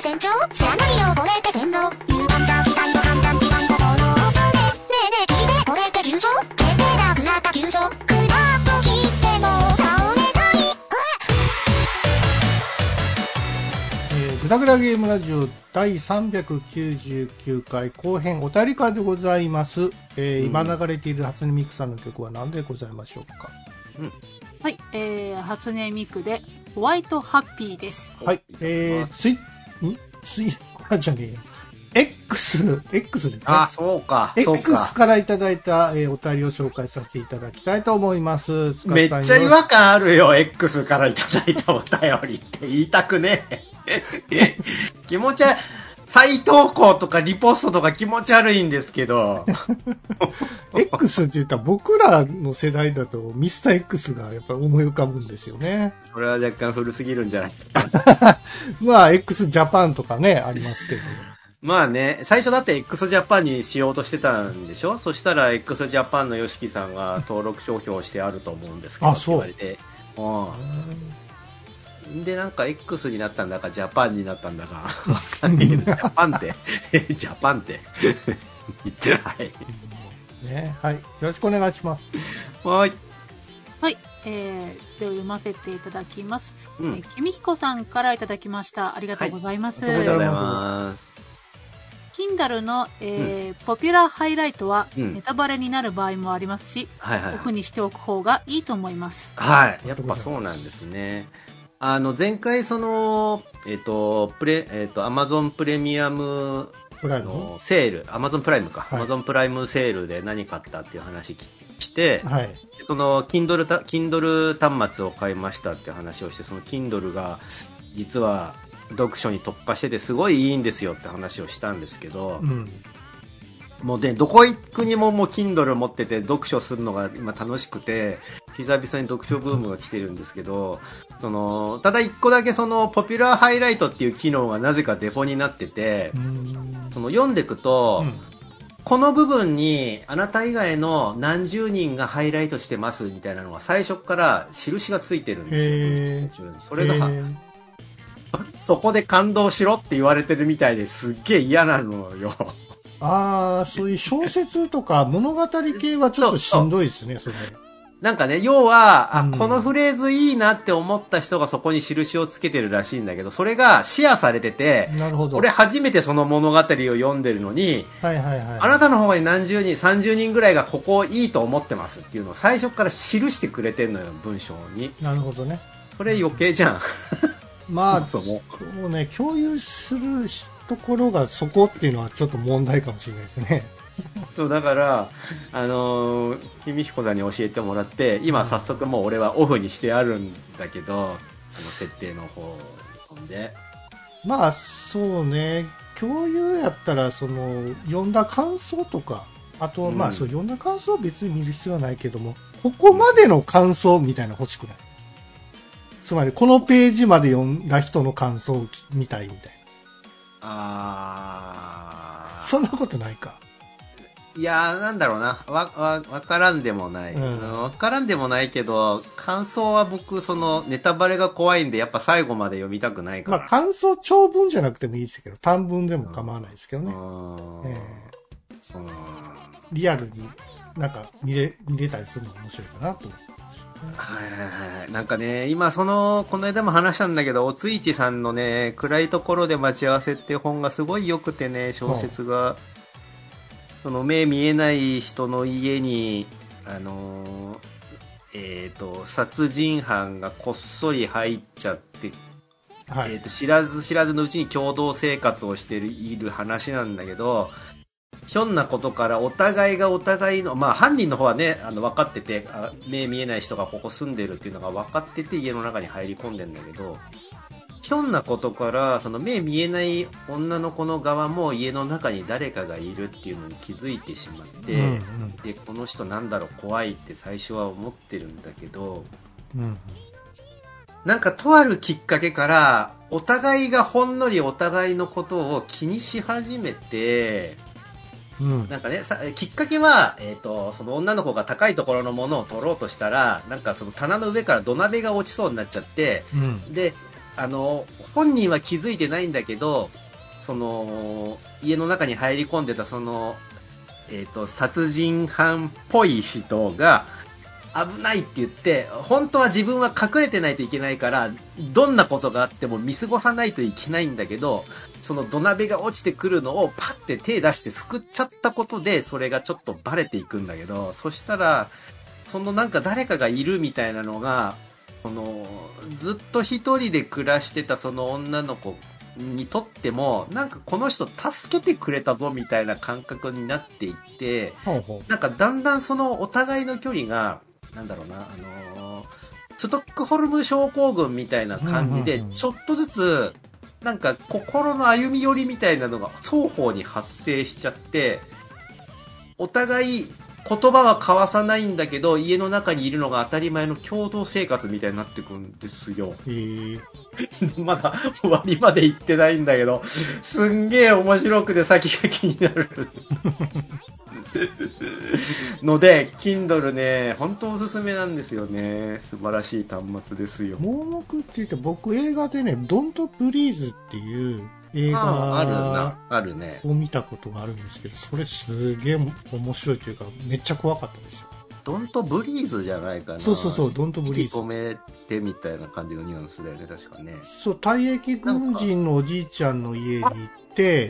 船長知らないよこれって線路歪んだ機体の判断違い心を止めねえねえ聞いてこれって急所決定だ食らった急所クラッと切っても倒れたいグダグダゲームラジオ第399回後編お便り会でございます。今流れている初音ミクさんの曲は何でございましょうか。 はい、初音ミクでホワイトハッピーです。 はい、じゃねえ X ですね。 あ、そうか。 X からいただいた、お便りを紹介させていただきたいと思います。 めっちゃ違和感あるよ。X からいただいたお便りって言いたくねえ。気持ち悪い。再投稿とかリポストとか気持ち悪いんですけど。 X って言ったら僕らの世代だとミスター X がやっぱり思い浮かぶんですよね。 それは若干古すぎるんじゃないまあ X ジャパンとかね、ありますけど。 まあね、最初だって x ジャパンにしようとしてたんでしょ。そしたら x ジャパンの YOSHIKI さんが登録商標してあると思うんですけど、 あ、そう。 って言われて。で、なんか X になったんだか、ジャパンになったんだか、わかんないけど、ジャパンって、ジャパンって。はい。 ね、はい。よろしくお願いします。 はい。 はい、では読ませていただきます。君彦さんからいただきました。ありがとうございます。 ありがとうございます。 Kindle の、ポピュラーハイライトはネタバレになる場合もありますし、オフにしておく方がいいと思います。 はい。やっぱそうなんですね。前回その、Amazon プレミアムのセール、Amazon プライムか、はい、Amazon プライムセールで何買ったっていう話来て、はい、その Kindle 端末を買いましたっていう話をして、その Kindle が実は読書に特化しててすごいいいんですよって話をしたんですけど、もうね、どこ行くにももう Kindle 持ってて読書するのが今楽しくて、久々に読書ブームが来てるんですけど、ただ一個だけそのポピュラーハイライトっていう機能がなぜかデフォになってて、読んでいくと、この部分にあなた以外の何十人がハイライトしてますみたいなのが最初から印がついてるんですよ。それが、そこで感動しろって言われてるみたいですっげえ嫌なのよ。 ああ、そういう小説とか物語系はちょっとしんどいですね、それ。 なんかね、要は、このフレーズいいなって思った人がそこに印をつけてるらしいんだけど、それがシェアされてて、 なるほど。 俺初めてその物語を読んでるのに、あなたの方に何十人、30人ぐらいがここいいと思ってますっていうのを最初から記してくれてんのよ、文章に。 なるほどね。 それ余計じゃん。 まあ、そうね、共有するところがそこっていうのはちょっと問題かもしれないですね。 そうだから君彦さんに教えてもらって今早速もう俺はオフにしてあるんだけど、設定の方でまあそうね、共有やったらその読んだ感想とか、あとまあそう読んだ感想は別に見る必要はないけども、ここまでの感想みたいなの欲しくない。つまりこのページまで読んだ人の感想を見たいみたいな。そんなことないか。 いやー、なんだろうな。わからんでもない。わからんでもないけど、感想は僕、ネタバレが怖いんで、やっぱ最後まで読みたくないから。 まあ、感想長文じゃなくてもいいですけど、短文でも構わないですけどね。リアルになんか見れたりするのが面白いかなと思って。 はい。なんかね、今この間も話したんだけど、おついちさんのね、暗いところで待ち合わせっていう本がすごい良くてね、小説が。目見えない人の家に、殺人犯がこっそり入っちゃって、知らずのうちに共同生活をしている話なんだけど、ひょんなことからお互いがお互いの、まあ犯人の方はね、分かってて、目見えない人がここ住んでるっていうのが分かってて家の中に入り込んでんだけど、ひょんなことからその目見えない女の子の側も家の中に誰かがいるっていうのに気づいてしまって、でこの人なんだろう怖いって最初は思ってるんだけど、なんかとあるきっかけからお互いがほんのりお互いのことを気にし始めて、なんかね、きっかけは、その女の子が高いところのものを取ろうとしたら、なんかその棚の上から土鍋が落ちそうになっちゃって、で本人は気づいてないんだけど、家の中に入り込んでた殺人犯っぽい人が、危ないって言って、本当は自分は隠れてないといけないから、どんなことがあっても見過ごさないといけないんだけど、その土鍋が落ちてくるのをパッて手出してすくっちゃったことで、それがちょっとバレていくんだけど、そしたら、なんか誰かがいるみたいなのが、ずっと一人で暮らしてたその女の子にとっても、なんかこの人助けてくれたぞみたいな感覚になっていって、なんかだんだんお互いの距離が、なんだろうな、ストックホルム症候群みたいな感じで、ちょっとずつ、なんか心の歩み寄りみたいなのが双方に発生しちゃって、お互い言葉は交わさないんだけど、家の中にいるのが当たり前の共同生活みたいになってくるんですよ。まだ終わりまで行ってないんだけど、すんげえ面白くて先が気になる。ので、Kindle ね、本当おすすめなんですよね。素晴らしい端末ですよ。 盲目って言って、僕映画でね、Don't Breathe っていう映画を見たことがあるんですけど、それすげえ面白いというか、めっちゃ怖かったですよ。 Don't Breathe じゃないかな。 そう、Don't Breathe。 引き止めてみたいな感じのニュアンスだよね、確かね。 そう、退役軍人のおじいちゃんの家に行って、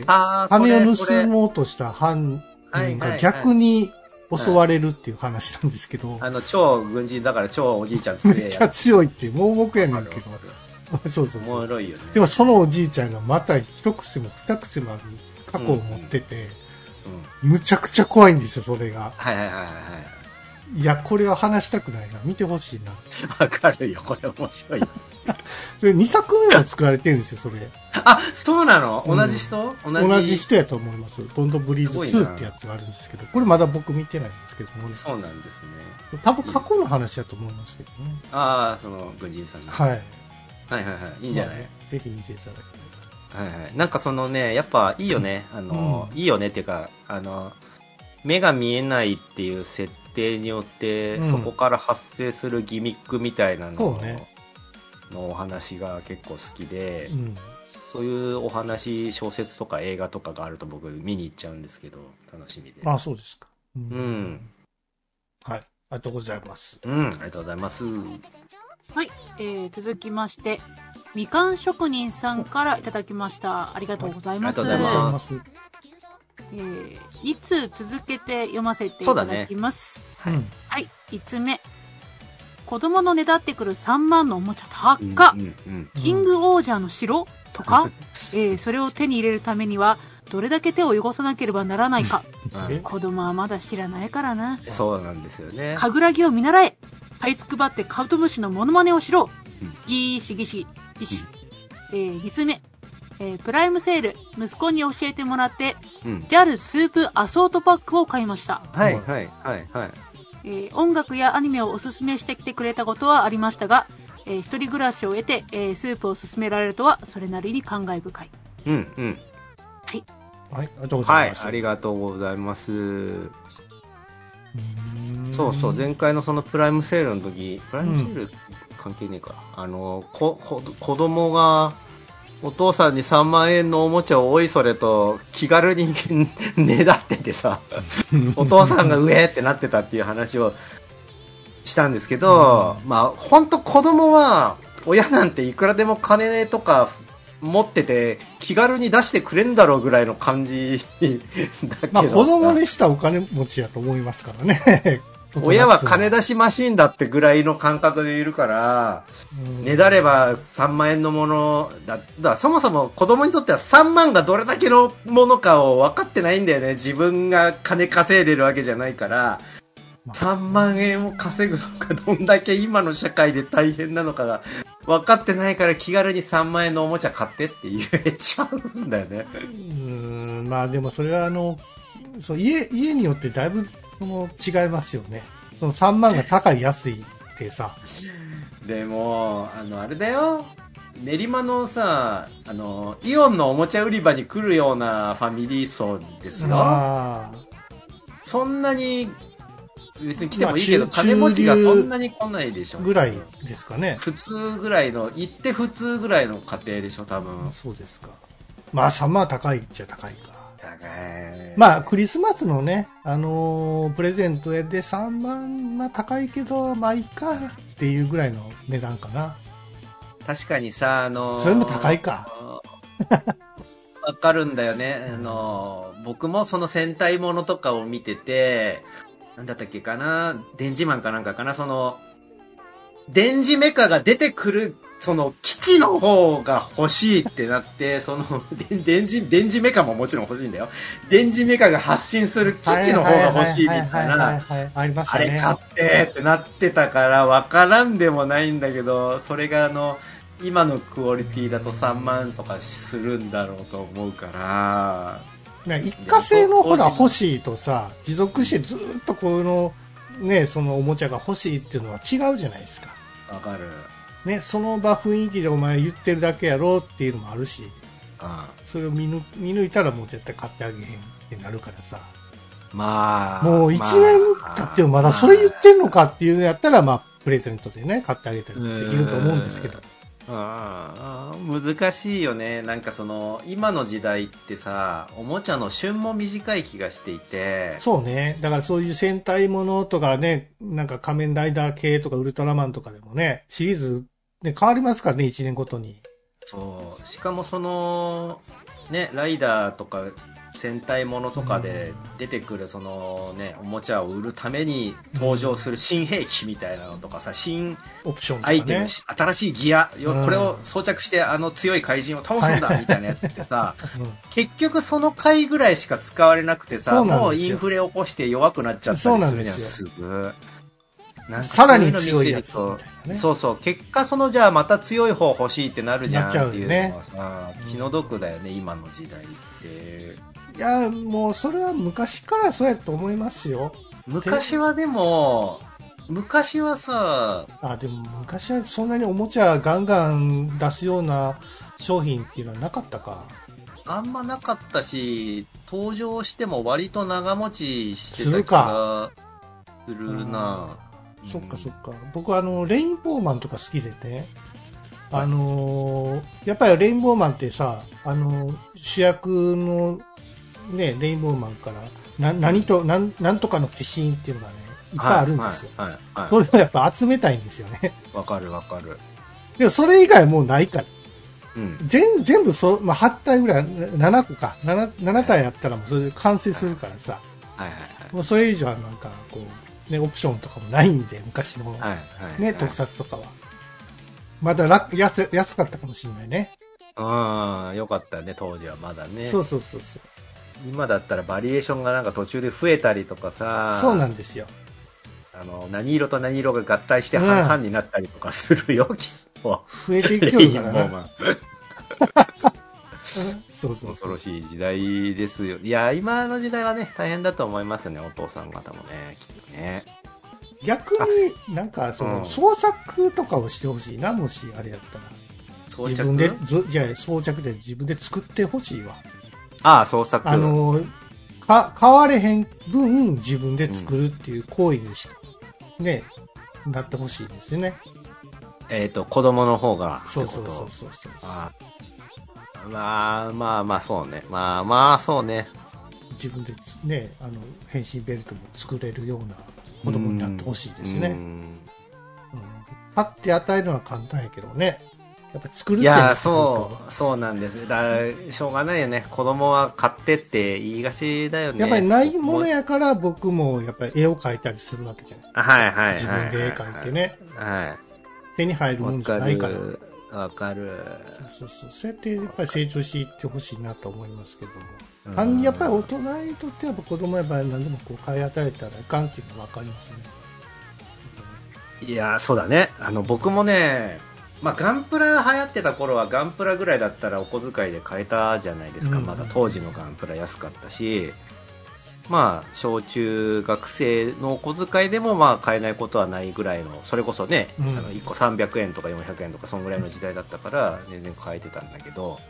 金を盗もうとした犯人が逆に襲われるっていう話なんですけど。 超軍人だから超おじいちゃん強い。 めっちゃ強いって盲目やねんけど。そう。 おもろいよね。 でもそのおじいちゃんがまた一癖も二癖もある過去を持ってて、むちゃくちゃ怖いんですよ、それが。いや、これは話したくないな。見てほしいな。 わかるよ、これ面白い。 それ2作目も作られてるんですよ、それ。 あ、そうなの？同じ人？ 同じ人やと思います。Don't Breathe 2ってやつがあるんですけど、これまだ僕見てないんですけどもね。 そうなんですね。 多分過去の話だと思いますけどね。 ああ、その軍人さんの。 はい。 いいんじゃない？ ぜひ見ていただきたい。なんかやっぱいいよね。いいよねっていうか、目が見えないっていう設定によって、そこから発生するギミックみたいなののお話が結構好きで、そういうお話、小説とか映画とかがあると僕見に行っちゃうんですけど、楽しみで。 あ、そうですか。はい。ありがとうございます。 ありがとうございます。 はい、続きまして、みかん職人さんからいただきました。ありがとうございます。 ありがとうございます。 2通続けて読ませていただきます。はい、5つ目。子供のねだってくる3万のおもちゃ高っ、キングオージャーの城とか、それを手に入れるためにはどれだけ手を汚さなければならないか。子供はまだ知らないからな。 そうなんですよね。 神楽木を見習え。這いつくばってカブトムシのモノマネをしろ。ギシギシギシ。2つ目。プライムセール、息子に教えてもらって、JAL スープアソートパックを買いました。音楽やアニメをおすすめしてきてくれたことはありましたが、一人暮らしを得て、スープを勧められるとはそれなりに感慨深い。はい。 はい、ありがとうございます。 ありがとうございます。そう、前回のそのプライムセールの時、プライムセール関係ねえか。子供が、お父さんに3万円のおもちゃをおいそれと気軽にねだっててさお父さんが上ってなってたっていう話をしたんですけど、まあ本当子供は親なんていくらでも金とか持ってて気軽に出してくれんだろうぐらいの感じだけど、まあ子供にしたお金持ちやと思いますからね親は金出しマシーンだってぐらいの感覚でいるから、ねだれば3万円のものだからそもそも子供にとっては3万がどれだけのものかを分かってないんだよね。自分が金稼いでるわけじゃないから、3万円を稼ぐのがどんだけ今の社会で大変なのかが分かってないから気軽に3万円のおもちゃ買ってって言えちゃうんだよね。 まあでもそれはそう家によってだいぶ違いますよね。その3万が高い安いってさ。 でもあれだよ。練馬のさイオンのおもちゃ売り場に来るようなファミリー層ですよ。そんなに別に来てもいいけど、金持ちがそんなに来ないでしょ。 ぐらいですかね。 普通ぐらいの、行って普通ぐらいの家庭でしょ、多分。 そうですか。まあ3万は高いっちゃ高いか。 高い。 まあクリスマスのね、プレゼントで3万、まあ高いけど、まあいいかっていうぐらいの値段かな。 確かにさ、 それも高いか。 わかるんだよね。僕もその戦隊ものとかを見てて、なんだったっけかな、電磁マンかなんかかな、電磁メカが出てくる、基地の方が欲しいってなって、電磁メカももちろん欲しいんだよ。電磁メカが発信する基地の方が欲しいみたいな、あれ買ってってなってたからわからんでもないんだけど、それが今のクオリティだと3万とかするんだろうと思うから、 一過性のほら欲しいとさ、持続してずっとこのね、そのおもちゃが欲しいっていうのは違うじゃないですか。 わかる。 ね、その場雰囲気でお前言ってるだけやろっていうのもあるし、それを見抜いたらもう絶対買ってあげへんってなるからさ。 まあ。 もう1年経ってもまだそれ言ってんのかっていうのやったら、まあ、プレゼントでね、買ってあげたりできると思うんですけど。 難しいよね。なんか今の時代ってさ、おもちゃの旬も短い気がしていて。 そうね。だからそういう戦隊ものとかね、なんか仮面ライダー系とかウルトラマンとかでもね、シリーズ、ね、変わりますからね、1年ごとに。 そう。しかもね、ライダーとか戦隊ものとかで出てくるおもちゃを売るために登場する新兵器みたいなのとかさ、新オプションとか、 アイテム、新しいギア、これを装着して強い怪人を倒すんだみたいなやつってさ、結局その回ぐらいしか使われなくてさ、もうインフレ起こして弱くなっちゃったりするじゃん、すぐ。 さらに強いやつみたいなね。 そうそう。結果じゃあまた強い方欲しいってなるじゃんっていうのはさ、気の毒だよね、今の時代って。 いや、もうそれは昔からそうやと思いますよ。 昔はでも、昔はさ、 でも昔はそんなにおもちゃガンガン出すような商品っていうのはなかったか。 あんまなかったし、登場しても割と長持ちしてた気がするな。 そっかそっか。僕はレインボーマンとか好きでね。やっぱりレインボーマンってさ、主役のね、レインボーマンからなんとかの化身っていうのがね、いっぱいあるんですよ。それをやっぱ集めたいんですよね。 わかるわかる。 でもそれ以外もうないから。全部まあ、8体ぐらい、7個か。7体やったらもうそれで完成するからさ。もうそれ以上はなんかこう、ね、オプションとかもないんで、昔のね、特撮とかは。まだ安かったかもしれないね。 よかったね、当時はまだね。 そう。 今だったらバリエーションがなんか途中で増えたりとかさ。 そうなんですよ。 何色と何色が合体して半々になったりとかするよ、きっと。 増えていくからな。そう恐ろしい時代ですよ。いや、今の時代はね、大変だと思いますね、お父さん方もね、きっとね。 逆になんか創作とかをしてほしいな、もしあれやったら。自分で装着で自分で作ってほしいわ。 創作。 買われへん分自分で作るっていう行為にね、なってほしいですよね。 子供の方が。 そう。 まあ、そうね。まあ、そうね。 自分でね、変身ベルトも作れるような子供になってほしいですね。買って与えるのは簡単やけどね。やっぱ作るっていうのは。いや、 そうなんです。しょうがないよね。子供は買ってって言いがちだよね。 やっぱりないものやから僕もやっぱり絵を描いたりするわけじゃないですか。自分で絵描いてね。手に入るものじゃないから。 わかる。 そうやってやっぱり成長していってほしいなと思いますけども。単にやっぱり大人にとっては子供はやっぱり何でもこう買い与えたらいかんっていうのがわかりますね。 いや、そうだね。僕もね、まあ、ガンプラ流行ってた頃はガンプラぐらいだったらお小遣いで買えたじゃないですか。まだ当時のガンプラ安かったし、まあ、小中学生のお小遣いでもまあ買えないことはないぐらいの、それこそね、1個300円とか400円とかそんぐらいの時代だったから全然買えてたんだけど、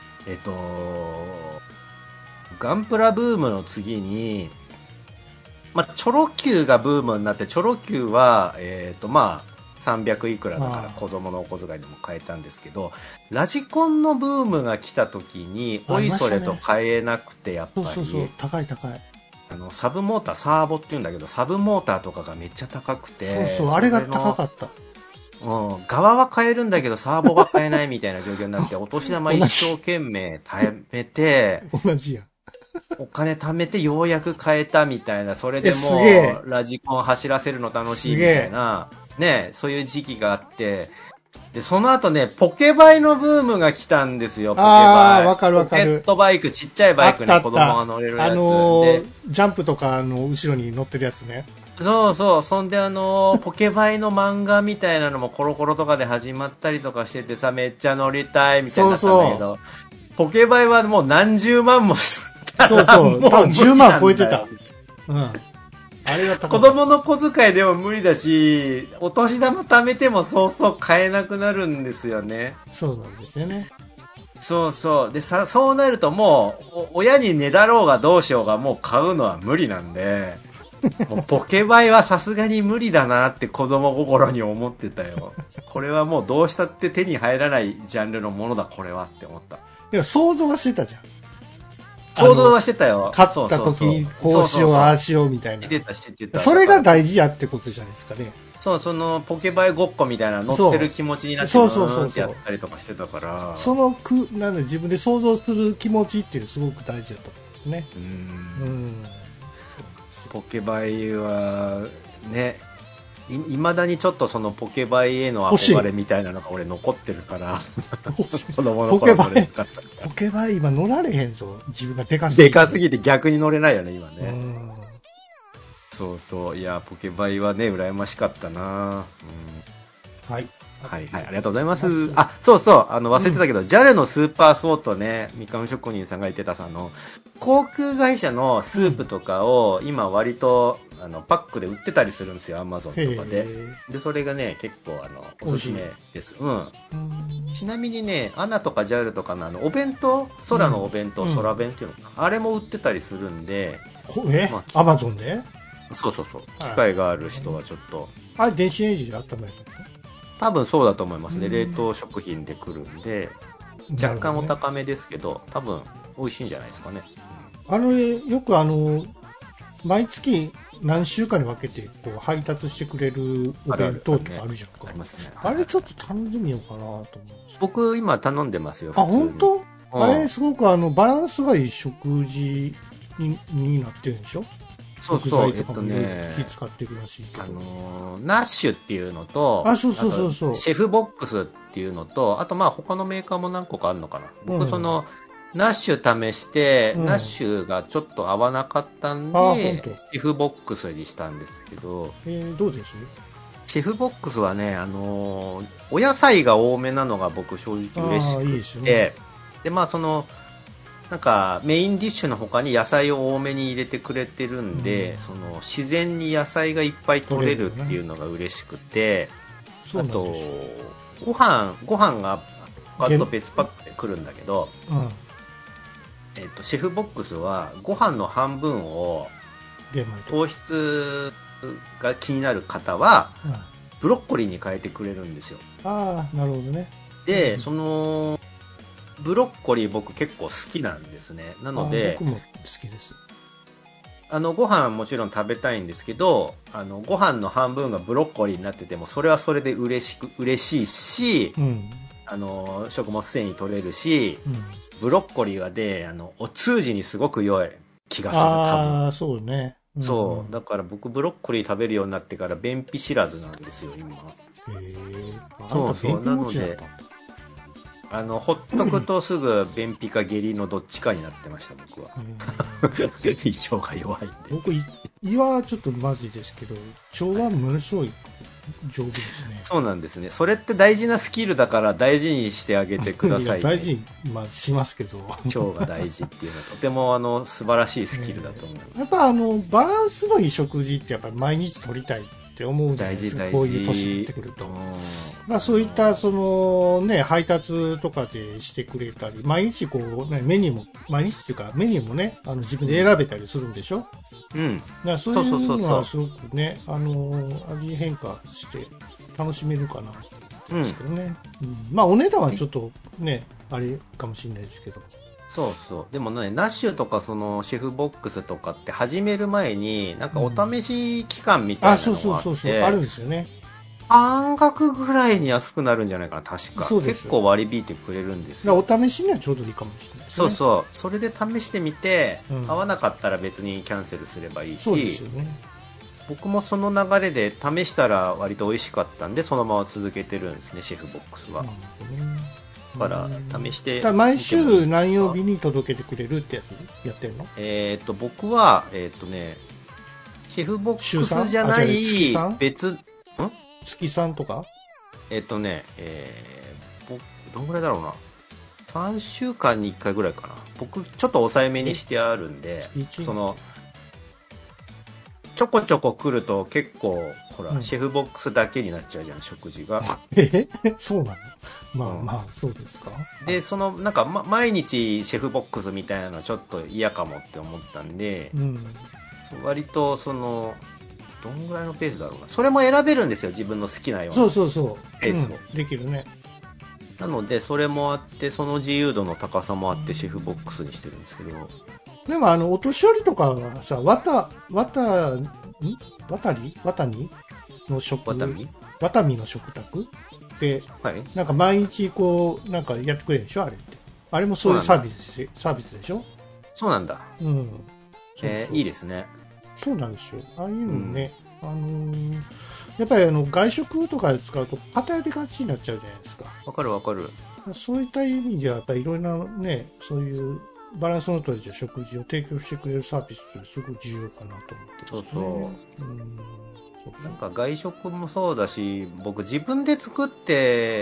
ガンプラブームの次に、 まあ、チョロ Q がブームになって、チョロ Q は、まあ、300いくらだから子供のお小遣いでも買えたんですけど、ラジコンのブームが来た時に、おいそれと買えなくて、やっぱり。 そうそうそう、高い。 サブモーター、サーボって言うんだけど、サブモーターとかがめっちゃ高くて。 そう、あれが高かった。 側は買えるんだけど、サーボが買えないみたいな状況になって、お年玉一生懸命貯めて、 同じや。 お金貯めてようやく買えたみたいな、それでもう、ラジコン走らせるの楽しいみたいな、ね、そういう時期があって、で、その後ね、ポケバイのブームが来たんですよ、ポケバイ。 ああ、わかる。 ポケットバイク、ちっちゃいバイクね、子供が乗れるやつ。 ジャンプとか後ろに乗ってるやつね。 そう。そんでポケバイの漫画みたいなのもコロコロとかで始まったりとかしててさ、めっちゃ乗りたいみたいになったんだけど、ポケバイはもう何十万もする。 そう。多分10万超えてた。うん。あれが高い。 子供の小遣いでも無理だし、お年玉貯めてもそう買えなくなるんですよね。 そうなんですよね。 そう。で、そうなるともう、親にねだろうがどうしようがもう買うのは無理なんで、もうポケバイはさすがに無理だなって子供心に思ってたよ。これはもうどうしたって手に入らないジャンルのものだ、これはって思った。 いや、想像はしてたじゃん。 想像はしてたよ。 買った時にこうしよう、ああしようみたいな。 してた。 それが大事やってことじゃないですかね。 そう、そのポケバイごっこみたいな乗ってる気持ちになってってやったりとかしてたから。 自分で想像する気持ちっていうのすごく大事だと思うんですね。 ポケバイはね、いまだにちょっとそのポケバイへの憧れみたいなのが俺残ってるから子供の頃乗れなかったからポケバイ今乗られへんぞ、自分がでかすぎて。 でかすぎて逆に乗れないよね今ね。そう、いやポケバイはね羨ましかったな。はい、ありがとうございます。そう忘れてたけど、JAL のスーパーソートね、みかん職人さんが言ってたさ、航空会社のスープとかを今割とパックで売ってたりするんですよ、アマゾンとかで。でそれがね結構おすすめです。ちなみにね、アナとか JAL とかのお弁当、空のお弁当、空弁っていうのかな、あれも売ってたりするんで。 アマゾンで？ そう、機会がある人はちょっと。 あれ電子レンジで温めるの？ 多分そうだと思いますね。冷凍食品で来るんで、若干お高めですけど、多分美味しいんじゃないですかね。 よく毎月何週間に分けてこう配達してくれるお弁当とかあるじゃんか。 ありますね。 あれちょっと頼んでみようかなと思うんです。 僕今頼んでますよ。 本当？あれすごくバランスがいい食事になってるんでしょ？ そう、 気使ってるらしいけど、 ナッシュっていうのと、 そうシェフボックスっていうのと、あと他のメーカーも何個かあるのかな。僕ナッシュ試して、ナッシュがちょっと合わなかったんで、シェフボックスにしたんですけど、 どうです？ シェフボックスはね、お野菜が多めなのが僕正直嬉しくて、でなんかメインディッシュの他に野菜を多めに入れてくれてるんで、自然に野菜がいっぱい取れるっていうのが嬉しくて、あとご飯がパッと別パックで来るんだけど、シェフボックスはご飯の半分を糖質が気になる方はブロッコリーに変えてくれるんですよ。 なるほどね。 で、ブロッコリー僕結構好きなんですね。なので、 僕も好きです。 ご飯もちろん食べたいんですけど、ご飯の半分がブロッコリーになってても、それはそれで嬉しいし、食物繊維取れるし、ブロッコリーはお通じにすごく良い気がする。多分。 そうね。 そう。だから僕ブロッコリー食べるようになってから便秘知らずなんですよ、今。そう。なので、ほっとくとすぐ便秘か下痢のどっちかになってました、僕は。胃腸が弱いんで。 僕、胃はちょっとまずいですけど、腸はものすごい丈夫ですね。 そうなんですね。それって大事なスキルだから大事にしてあげてください、ね。 大事に、しますけど。 腸が大事っていうのはとても素晴らしいスキルだと思います。 やっぱバランスのいい食事ってやっぱり毎日取りたいって思うじゃないですか、こういう年になってくると。まあそういった、配達とかでしてくれたり、毎日こう、ね、メニューも、毎日っていうか、メニューもね、自分で選べたりするんでしょ？うん。だからそういうのはすごくね、味変化して楽しめるかな。ですけどね。まあお値段はちょっとね、あれかもしれないですけど。 そうそう。でもね、ナッシュとかシェフボックスとかって始める前に、なんかお試し期間みたいなのがあって、 そう、あるんですよね。 半額ぐらいに安くなるんじゃないかな、確か。結構割り引いてくれるんですよ。 お試しにはちょうどいいかもしれないですね。そう。それで試してみて、合わなかったら別にキャンセルすればいいし、そうですよね。僕もその流れで試したら割と美味しかったんで、そのまま続けてるんですね、シェフボックスは。だから試して。 毎週何曜日に届けてくれるってやつやってんの？ 僕は、シェフボックスじゃない、別、 月3とか？ どんぐらいだろうな。3週間に1回ぐらいかな。僕、ちょっと抑えめにしてあるんで、ちょこちょこ来ると結構、ほら、シェフボックスだけになっちゃうじゃん、食事が。 そうなの？まあ、そうですか。 で、なんか、毎日シェフボックスみたいなのちょっと嫌かもって思ったんで、割と、どんぐらいのペースだろうな。それも選べるんですよ、自分の好きなような。 そう。 ペースを。 できるね。 なので、それもあって、その自由度の高さもあって、シェフボックスにしてるんですけど。 でもお年寄りとかはさ、ワタミの食卓で、なんか毎日こう、なんかやってくれるでしょ、あれって。あれもそういうサービスでしょ？ そうなんだ。いいですね。 そうなんですよ。ああいうのね、やっぱり外食とかで使うと偏りがちになっちゃうじゃないですか。 わかる。 そういった意味ではやっぱりいろいろなね、そういうバランスの取れた食事を提供してくれるサービスってすごく重要かなと思ってますね。 そう。なんか外食もそうだし、僕自分で作って、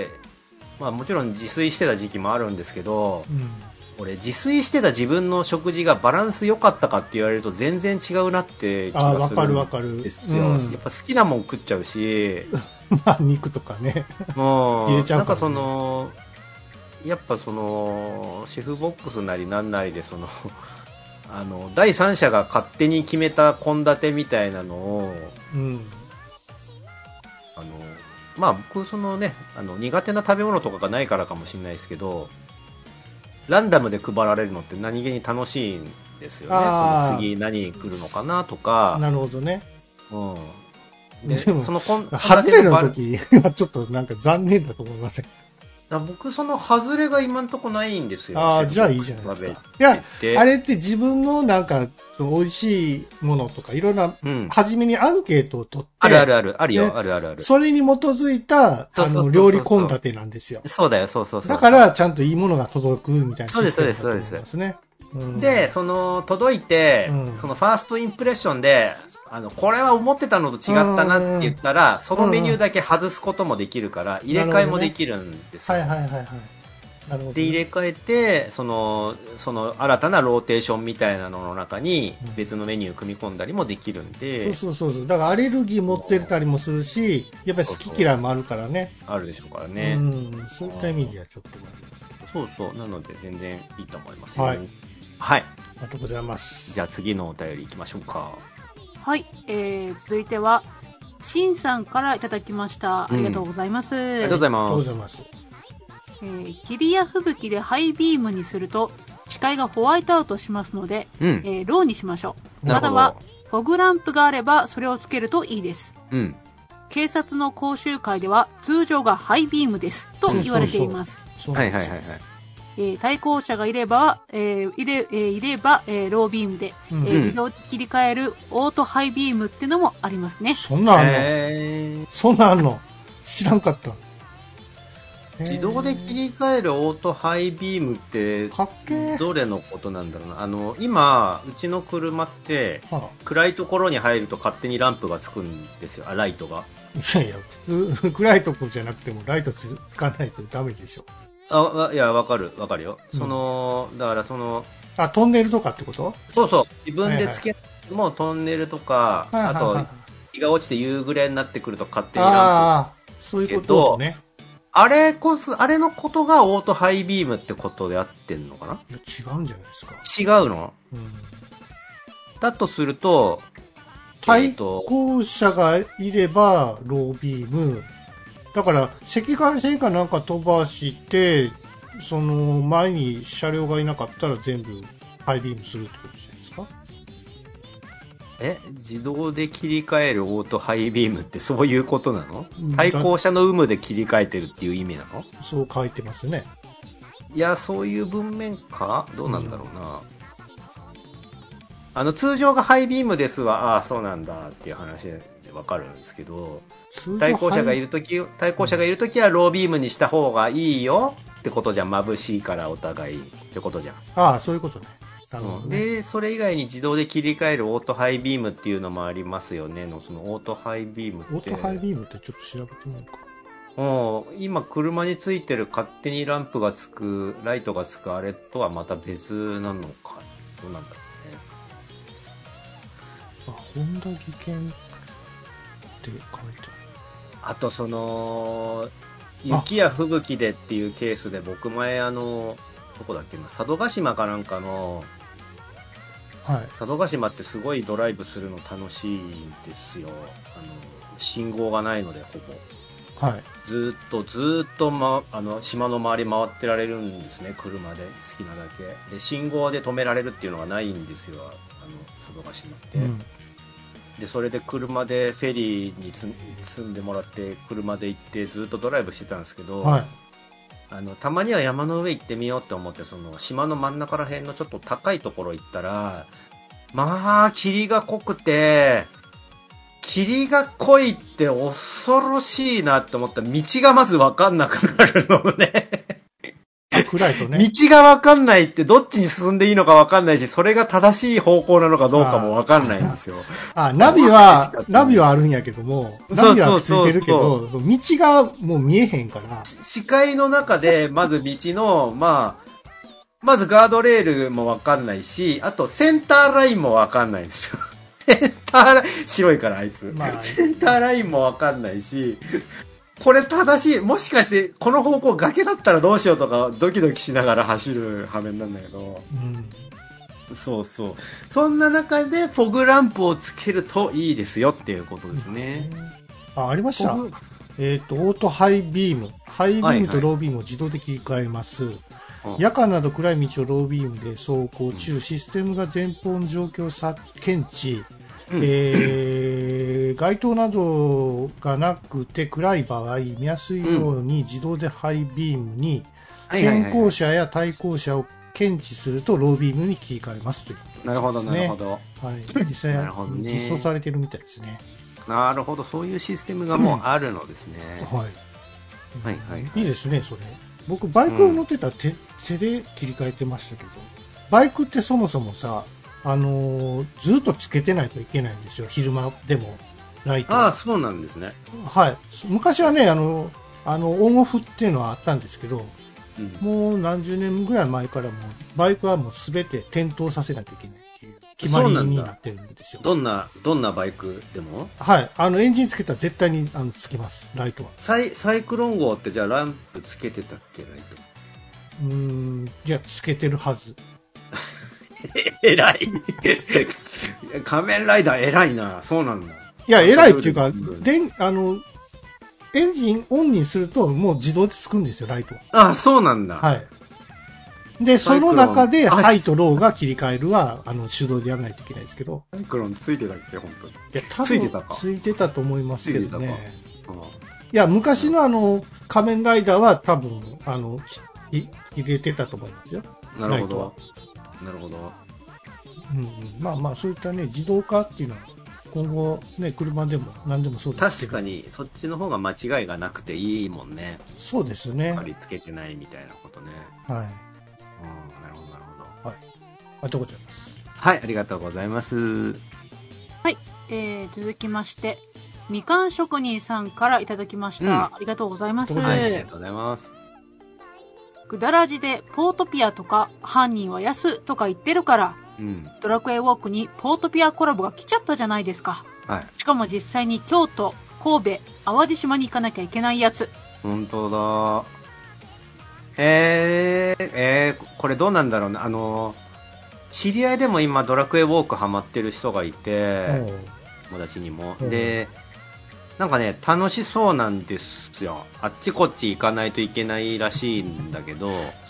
まあもちろん自炊してた時期もあるんですけど、俺自炊してた自分の食事がバランス良かったかって言われると全然違うなって気がするんですよ。 わかる。 やっぱ好きなもん食っちゃうし、 まあ肉とかね。入れちゃうからね。 なんかやっぱシェフボックスなりなんなりで第三者が勝手に決めた献立みたいなのを、まあ僕苦手な食べ物とかがないからかもしれないですけど、ランダムで配られるのって何気に楽しいんですよね。次何来るのかなとか。 なるほどね。 でも外れの時はちょっとなんか残念だと思いません？ 僕外れが今んとこないんですよ。 じゃあいいじゃないですか。いや、あれって自分のなんか美味しいものとかいろんな、初めにアンケートを取って、 あるよ。 それに基づいた料理献立なんですよ。 そうだよ、そう。 だからちゃんといいものが届くみたいなシステムだと思いますね。 で、届いて、ファーストインプレッションで、これは思ってたのと違ったなって言ったら、そのメニューだけ外すこともできるから、入れ替えもできるんですよ。で、入れ替えて、新たなローテーションみたいなのの中に、別のメニュー組み込んだりもできるんで。 そう。だからアレルギー持ってたりもするし、やっぱり好き嫌いもあるからね。 あるでしょうからね。 そういった意味ではちょっと思いますけど。そう。なので全然いいと思いますよ。はい。 ありがとうございます。 じゃあ次のお便り行きましょうか。 はい、続いてはしんさんからいただきました。ありがとうございます。 ありがとうございます。 霧や吹雪でハイビームにすると視界がホワイトアウトしますので、ローにしましょう。またはフォグランプがあればそれをつけるといいです。警察の講習会では通常がハイビームですと言われています。対向車がいれば、ロービームで、自動で切り替えるオートハイビームってのもありますね。 そんなんあんの知らんかった。 自動で切り替えるオートハイビームってどれのことなんだろうな。今うちの車って、暗いところに入ると勝手にランプがつくんですよ。ライトが。 いや普通暗いところじゃなくてもライトつかないとダメでしょ。 いや、わかるよ。だからトンネルとかってこと？ そう。自分でつけもトンネルとか、あと、 日が落ちて夕暮れになってくると勝手にランプ。 ああ、そういうことね。 あれのことがオートハイビームってことであってんのかな？ いや、違うんじゃないですか。 違うの？うん。だとすると、 対向車がいれば、ロービーム。だから、赤外線かなんか飛ばして、その前に車両がいなかったら全部ハイビームするってことじゃないですか？ 自動で切り替えるオートハイビームってそういうことなの？対向車の有無で切り替えてるっていう意味なの？ そう書いてますね。 いや、そういう文面か？どうなんだろうな。通常がハイビームですわ。ああ、そうなんだっていう話でわかるんですけど、対向車がいるときはロービームにした方がいいよってことじゃん。眩しいからお互いってことじゃん。 ああ、そういうことね。 で、それ以外に自動で切り替えるオートハイビームっていうのもありますよね。そのオートハイビームって。 オートハイビームってちょっと調べてみようか。 今車についてる勝手にランプがつく、ライトがつくあれとはまた別なのか。どうなんだろうね。 ホンダ技研って書いてある。 あと雪や吹雪でっていうケースで僕前どこだっけな、佐渡島かなんかの、 はい、 佐渡島ってすごいドライブするの楽しいんですよ。信号がないのでほぼ、はい、 ずっと、島の周り回ってられるんですね、車で好きなだけで。信号で止められるっていうのがないんですよ、佐渡島って、でそれで車でフェリーに積んでもらって車で行ってずっとドライブしてたんですけど、 はい、 たまには山の上行ってみようって思って、その島の真ん中ら辺のちょっと高いところ行ったら、まあ霧が濃くて、霧が濃いって恐ろしいなって思ったら道がまず分かんなくなるのね。 暗いとね。 道が分かんないってどっちに進んでいいのか分かんないし、それが正しい方向なのかどうかも分かんないんですよ。 ナビはあるんやけども、ナビはついてるけど、道がもう見えへんから。 視界の中で、まず道の、まずガードレールも分かんないし、あとセンターラインも分かんないんですよ。センターライン、白いからあいつ。センターラインも分かんないし、これ正しい、もしかしてこの方向崖だったらどうしようとかドキドキしながら走る羽面なんだけど、そうそう。そんな中でフォグランプをつけるといいですよっていうことですね。 ありました。オートハイビーム。ハイビームとロービームを自動で切り替えます。夜間など暗い道をロービームで走行中、システムが前方の状況を検知、街灯などがなくて暗い場合、見やすいように自動でハイビームに先行車や対向車を検知するとロービームに切り替えますということですね。 なるほど、なるほど。 はい。実際実装されてるみたいですね。 なるほど、そういうシステムがもうあるのですね。 はい。 はいはい。 いいですね、それ。僕、バイク乗ってたら手で切り替えてましたけど、バイクってそもそもさ、ずっとつけてないといけないんですよ、昼間でも、ライト。 ああ、そうなんですね。 はい。昔はね、オンオフっていうのはあったんですけど、もう何十年ぐらい前からもう、バイクはもうすべて点灯させなきゃいけないっていう決まりになってるんですよ。 どんなバイクでも？ はい。エンジンつけたら絶対につきます、ライトは。 サイクロン号ってじゃあランプつけてたっけ、ライト。 いや、つけてるはず。 偉い。仮面ライダー偉いな。そうなんだ。 いや、偉いっていうか、エンジンオンにするともう自動でつくんですよ、ライトは。 ああ、そうなんだ。 はい。で、その中で、ハイとローが切り替えるは、手動でやらないといけないですけど。 サイクロンついてたっけ、本当に。いや、多分ついてたか。ついてたと思いますけどね。いや、昔の仮面ライダーは多分、入れてたと思いますよ。 なるほど。なるほど。 まあまあ、そういったね、自動化っていうのは、今後ね、車でも何でもそうですけど。 確かに、そっちの方が間違いがなくていいもんね。 そうですね。 しっかりつけてないみたいなことね。 はい。 なるほど、なるほど。 はい。ありがとうございます。 はい、ありがとうございます。 はい、続きまして、みかん職人さんからいただきました。ありがとうございます。 はい、ありがとうございます。 くだらじでポートピアとか犯人は安とか言ってるから、 ドラクエウォークにポートピアコラボが来ちゃったじゃないですか。 はい。 しかも実際に京都、神戸、淡路島に行かなきゃいけないやつ。 本当だ。これどうなんだろうね。知り合いでも今ドラクエウォークハマってる人がいて、友達にも。で、なんかね、楽しそうなんですよ。あっちこっち行かないといけないらしいんだけど、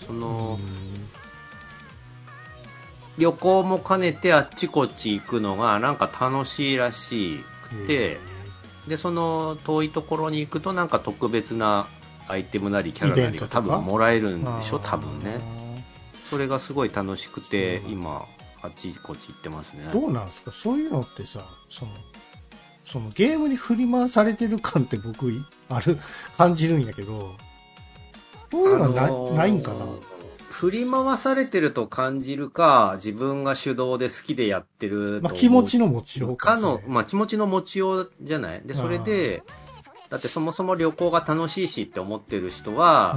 旅行も兼ねてあっちこっち行くのがなんか楽しいらしくて、で、その遠いところに行くとなんか特別なアイテムなりキャラなりが多分もらえるんでしょ、多分ね。それがすごい楽しくて、今、あっちこっち行ってますね。 どうなんですかそういうのってさ、そのゲームに振り回されてる感って僕、感じるんやけど、そういうのはないんかな振り回されてると感じるか、自分が主導で好きでやってると思う。 気持ちの持ちようか。 気持ちの持ちようじゃないで、それで、だってそもそも旅行が楽しいしって思ってる人は、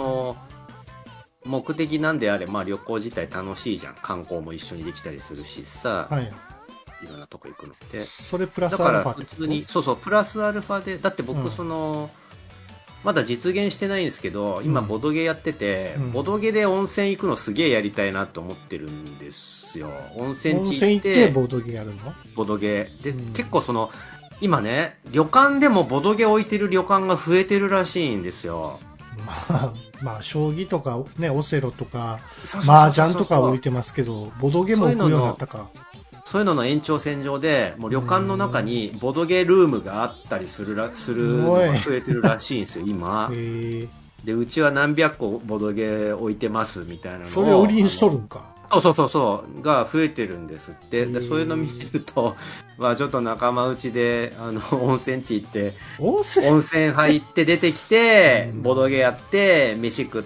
目的なんであれ、旅行自体楽しいじゃん。観光も一緒にできたりするしさ。いろんなとこ行くのって。 それプラスアルファ。 だから普通に、プラスアルファで、だって僕まだ実現してないんですけど、今ボドゲやってて、ボドゲで温泉行くのすげえやりたいなと思ってるんですよ。温泉地行って。 ボドゲやるの？ ボドゲ。で、結構今ね、旅館でもボドゲ置いてる旅館が増えてるらしいんですよ。 将棋とかね、オセロとか、麻雀とか置いてますけど、ボドゲも置くようになったか。 そういうのの延長線上で、もう旅館の中にボドゲルームがあったりするのが増えてるらしいんですよ、今。で、うちは何百個ボドゲ置いてますみたいなのを。 それを売りにしとるんか。 そうが増えてるんですって。で、そういうの見ると、ちょっと仲間内で、温泉地行って、温泉入って出てきて、ボドゲやって、飯食って、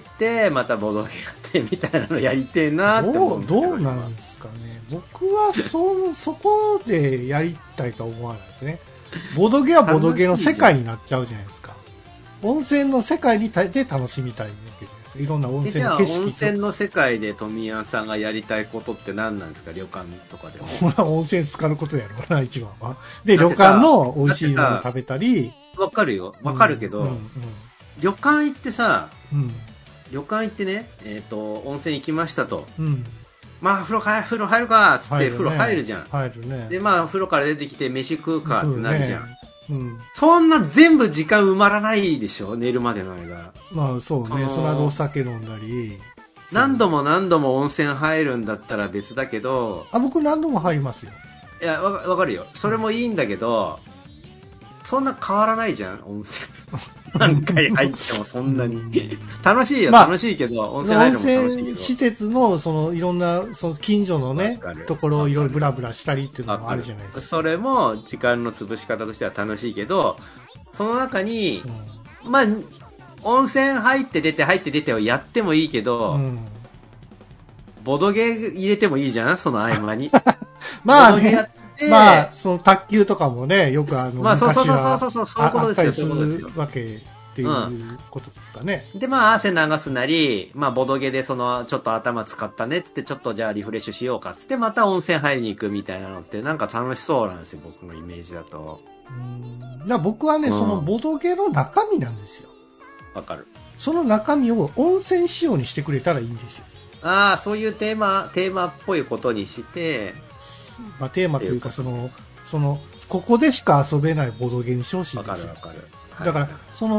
またボドゲやって、みたいなのやりてえなって思うんですけど。 どうなんですかね。僕はそこでやりたいとは思わないですね。ボドゲはボドゲの世界になっちゃうじゃないですか。温泉の世界で楽しみたいわけじゃないですか。いろんな温泉の景色と。 じゃあ温泉の世界で富谷さんがやりたいことって何なんですか、旅館とかでも。 温泉浸かることやろうな、一番は。で、旅館の美味しいもの食べたり。 わかるよ。わかるけど、旅館行ってさ、旅館行ってね、温泉行きましたと。風呂入るかっつって風呂入るじゃん。 入るね。 で、風呂から出てきて飯食うかってなるじゃん。そんな全部時間埋まらないでしょ、寝るまでの間。 そうね。その間お酒飲んだり。 何度も何度も温泉入るんだったら別だけど。 僕何度も入りますよ。 いや、わかるよ。それもいいんだけど、そんな変わらないじゃん、温泉。何回入ってもそんなに。楽しいよ、楽しいけど、温泉入るのも楽しいけど。 温泉施設の、いろんな、近所のね、ところをいろいろブラブラしたりっていうのもあるじゃないですか。 それも、時間の潰し方としては楽しいけど、その中に、温泉入って出てをやってもいいけど、ボドゲ入れてもいいじゃん、その合間に。 ボドゲやってその卓球とかもね、よく昔はあったりするわけっていうことですかね。 で、汗流すなり、ボドゲでちょっと頭使ったねっつって、ちょっとじゃあリフレッシュしようかっつって、また温泉入りに行くみたいなのって、なんか楽しそうなんですよ、僕のイメージだと。 僕はね、そのボドゲの中身なんですよ。 わかる。 その中身を温泉仕様にしてくれたらいいんですよ。 そういうテーマっぽいことにして、 テーマというか、ここでしか遊べないボドゲにしてほしいんですよ。 わかる。 だから、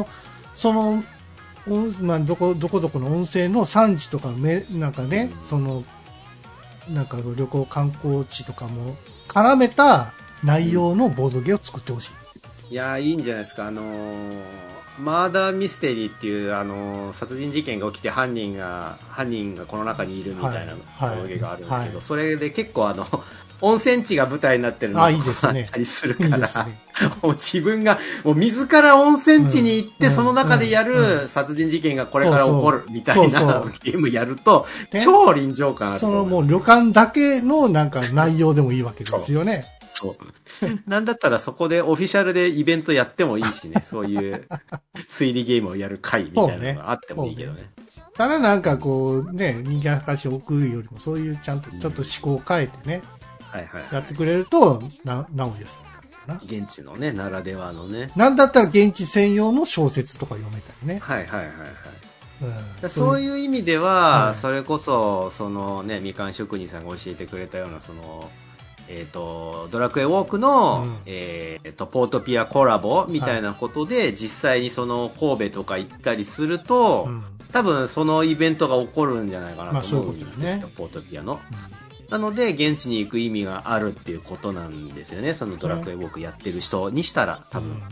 どこどこの温泉の産地とかなんかね、なんか旅行観光地とかも絡めた内容のボドゲを作ってほしい。 いやいいんじゃないですか。マーダーミステリーっていう殺人事件が起きて犯人がこの中にいるみたいなボドゲがあるんですけど、それで結構温泉地が舞台になってるのがあったりするから、もう自分がもう自ら温泉地に行って、その中でやる殺人事件がこれから起こるみたいなゲームやると、超臨場感ある。 もう旅館だけのなんか内容でもいいわけですよね。 なんだったらそこでオフィシャルでイベントやってもいいしね、そういう推理ゲームをやる会みたいなのがあってもいいけどね。 ただなんかこうね、人間博士を置くよりも、そういうちゃんとちょっと思考を変えてね、やってくれると、なおよしかな。現地のね、ならではのね。 なんだったら現地専用の小説とか読めたりね。 そういう意味では、それこそ、そのね、みかん職人さんが教えてくれたような、その、ドラクエウォークの、ポートピアコラボみたいなことで、実際にその神戸とか行ったりすると、多分そのイベントが起こるんじゃないかなと思うんですよ、ポートピアの。なので、現地に行く意味があるっていうことなんですよね、そのドラクエウォークやってる人にしたら、多分。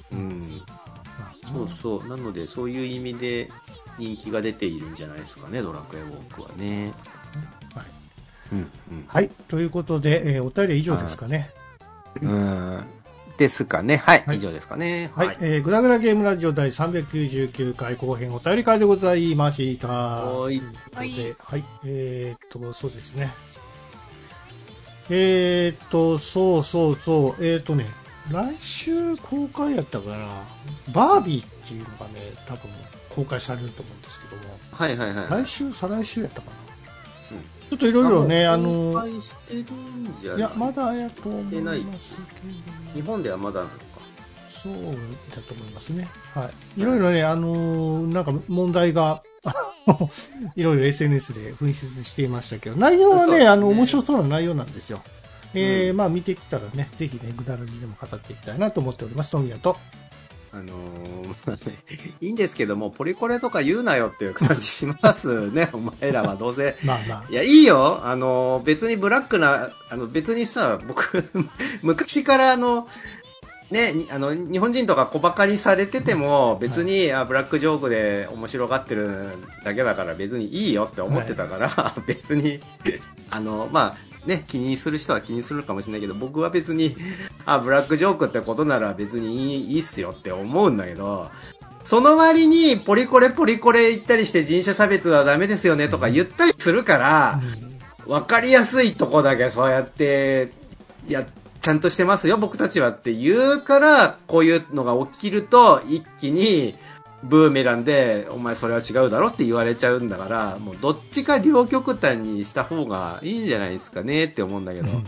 そうそう。なので、そういう意味で人気が出ているんじゃないですかね、ドラクエウォークはね。 はい。ということで、お便りは以上ですかね。 ですかね。はい。以上ですかね。 はい。グダグダゲームラジオ第399回後編お便り会でございました。はい。そうですね。来週公開やったかな。バービーっていうのがね、多分公開されると思うんですけども。来週、再来週やったかな。ちょっといろいろね、 公開してるんじゃない？ いや、まだやと思いますけど。 日本ではまだなのか。 そうだと思いますね。はい。いろいろね、なんか問題が、いろいろ SNS で噴出していましたけど、内容はね、面白そうな内容なんですよ。まあ見てきたらね、ぜひね、グダラジでも語っていきたいなと思っております。富谷と。 いいんですけども、ポリコレとか言うなよっていう感じしますね、お前らはどうせ。いや、いいよ。別にブラックな、別にさ、僕、昔からね、日本人とか小馬鹿にされてても、別に、ブラックジョークで面白がってるだけだから別にいいよって思ってたから、別に、まあ、ね、気にする人は気にするかもしれないけど、僕は別に、ブラックジョークってことなら別にいいっすよって思うんだけど、その割にポリコレ言ったりして人種差別はダメですよねとか言ったりするから、わかりやすいとこだけそうやって、ちゃんとしてますよ僕たちはって言うから、こういうのが起きると一気にブーメランでお前それは違うだろって言われちゃうんだから、もうどっちか両極端にした方がいいんじゃないですかねって思うんだけど、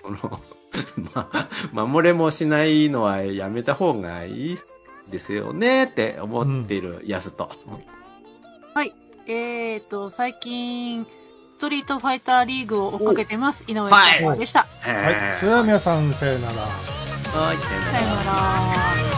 守れもしないのはやめた方がいいですよねって思っているやすと。 はい。最近ストリートファイターリーグを追っかけてます。井上さんでした。 はい。それでは皆さんさよなら。 はい、さよなら。